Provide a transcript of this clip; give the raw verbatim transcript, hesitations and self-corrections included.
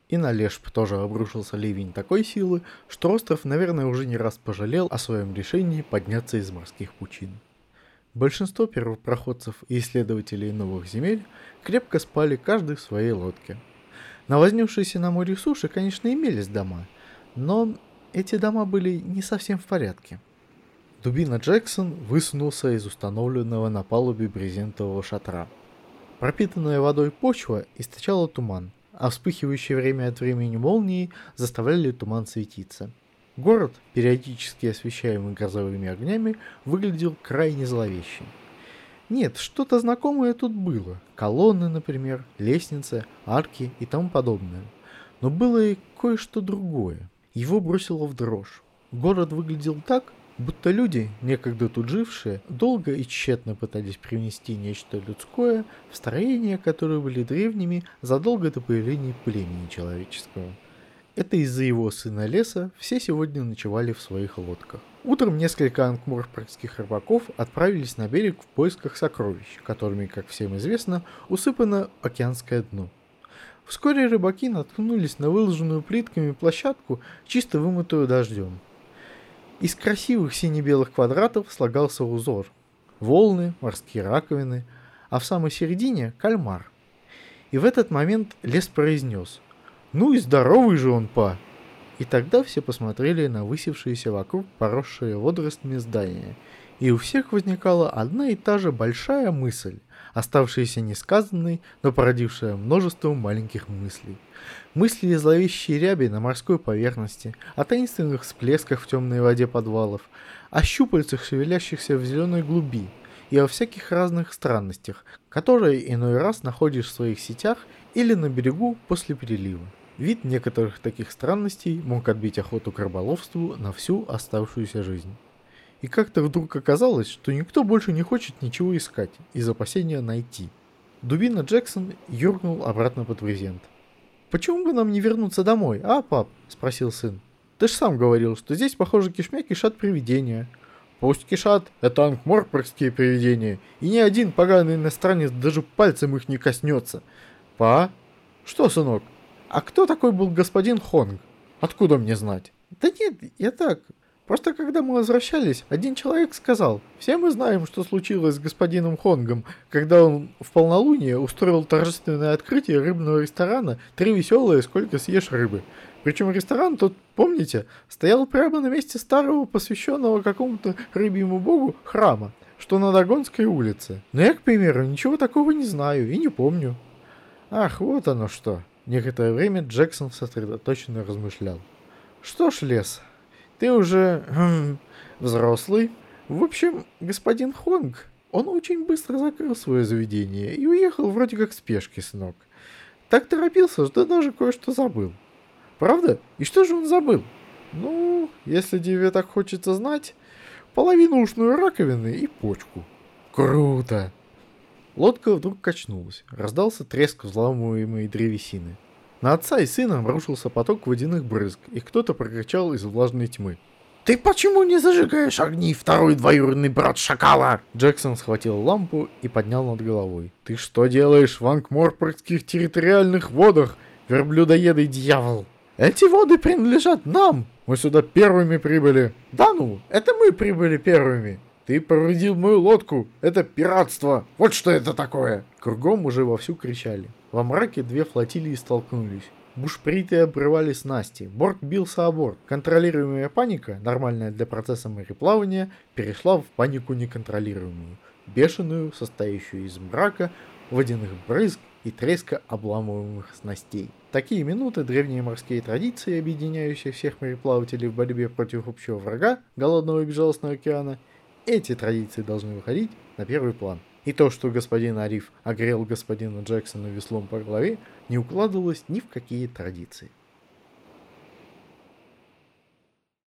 И на Лешп тоже обрушился ливень такой силы, что остров, наверное, уже не раз пожалел о своем решении подняться из морских пучин. Большинство первопроходцев и исследователей новых земель крепко спали каждый в своей лодке. На вознесшейся на море суше, конечно, имелись дома, но эти дома были не совсем в порядке. Дубина Джексон высунулся из установленного на палубе брезентового шатра. Пропитанная водой почва источала туман, а вспыхивающие время от времени молнии заставляли туман светиться. Город, периодически освещаемый грозовыми огнями, выглядел крайне зловеще. Нет, что-то знакомое тут было. Колонны, например, лестницы, арки и тому подобное. Но было и кое-что другое. Его бросило в дрожь. Город выглядел так, будто люди, некогда тут жившие, долго и тщетно пытались привнести нечто людское в строения, которые были древними задолго до появления племени человеческого. Это из-за его сына Леса все сегодня ночевали в своих лодках. Утром несколько анкморпорских рыбаков отправились на берег в поисках сокровищ, которыми, как всем известно, усыпано океанское дно. Вскоре рыбаки наткнулись на выложенную плитками площадку, чисто вымытую дождем. Из красивых сине-белых квадратов слагался узор. Волны, морские раковины, а в самой середине — кальмар. И в этот момент Лес произнес: «Ну и здоровый же он, па!» И тогда все посмотрели на высевшиеся вокруг поросшие водорослями здания, и у всех возникала одна и та же большая мысль, оставшаяся несказанной, но породившая множество маленьких мыслей. Мысли о зловещей ряби на морской поверхности, о таинственных всплесках в темной воде подвалов, о щупальцах, шевелящихся в зеленой глуби, и о всяких разных странностях, которые иной раз находишь в своих сетях или на берегу после перелива. Вид некоторых таких странностей мог отбить охоту к рыболовству на всю оставшуюся жизнь. И как-то вдруг оказалось, что никто больше не хочет ничего искать, из опасения найти. Дубина Джексон юркнул обратно под брезент. «Почему бы нам не вернуться домой, а, пап?» – спросил сын. «Ты ж сам говорил, что здесь, похоже, кишмя кишат привидения». «Пусть кишат, это анкморпорские привидения, и ни один поганый иностранец даже пальцем их не коснется». «Па?» «Что, сынок? А кто такой был господин Хонг? Откуда мне знать?» «Да нет, я так. Просто когда мы возвращались, один человек сказал: все мы знаем, что случилось с господином Хонгом, когда он в полнолуние устроил торжественное открытие рыбного ресторана «Три веселые, сколько съешь рыбы». Причем ресторан тот, помните, стоял прямо на месте старого, посвященного какому-то рыбьему богу, храма, что на Дагонской улице. Но я, к примеру, ничего такого не знаю и не помню». «Ах, вот оно что!» Некоторое время Джексон сосредоточенно размышлял. «Что ж, Лес, ты уже хм, взрослый. В общем, господин Хонг, он очень быстро закрыл свое заведение и уехал вроде как в спешке, сынок. Так торопился, что даже кое-что забыл. Правда? И что же он забыл? Ну, если тебе так хочется знать, половину ушной раковины и почку». «Круто!» Лодка вдруг качнулась, раздался треск взламываемой древесины. На отца и сына обрушился поток водяных брызг, и кто-то прокричал из влажной тьмы: «Ты почему не зажигаешь огни, второй двоюродный брат шакала?» Джексон схватил лампу и поднял над головой. «Ты что делаешь в анкморпорских территориальных водах, верблюдоедый дьявол? Эти воды принадлежат нам! Мы сюда первыми прибыли!» «Да ну, это мы прибыли первыми!» «Ты повредил мою лодку! Это пиратство! Вот что это такое!» Кругом уже вовсю кричали. Во мраке две флотилии столкнулись. Бушприты обрывали снасти, борт бился о борт. Контролируемая паника, нормальная для процесса мореплавания, перешла в панику неконтролируемую, бешеную, состоящую из мрака, водяных брызг и треска обламываемых снастей. В такие минуты древние морские традиции, объединяющие всех мореплавателей в борьбе против общего врага, голодного и безжалостного океана, эти традиции должны выходить на первый план. И то, что господин Ариф огрел господина Джексона веслом по голове, не укладывалось ни в какие традиции.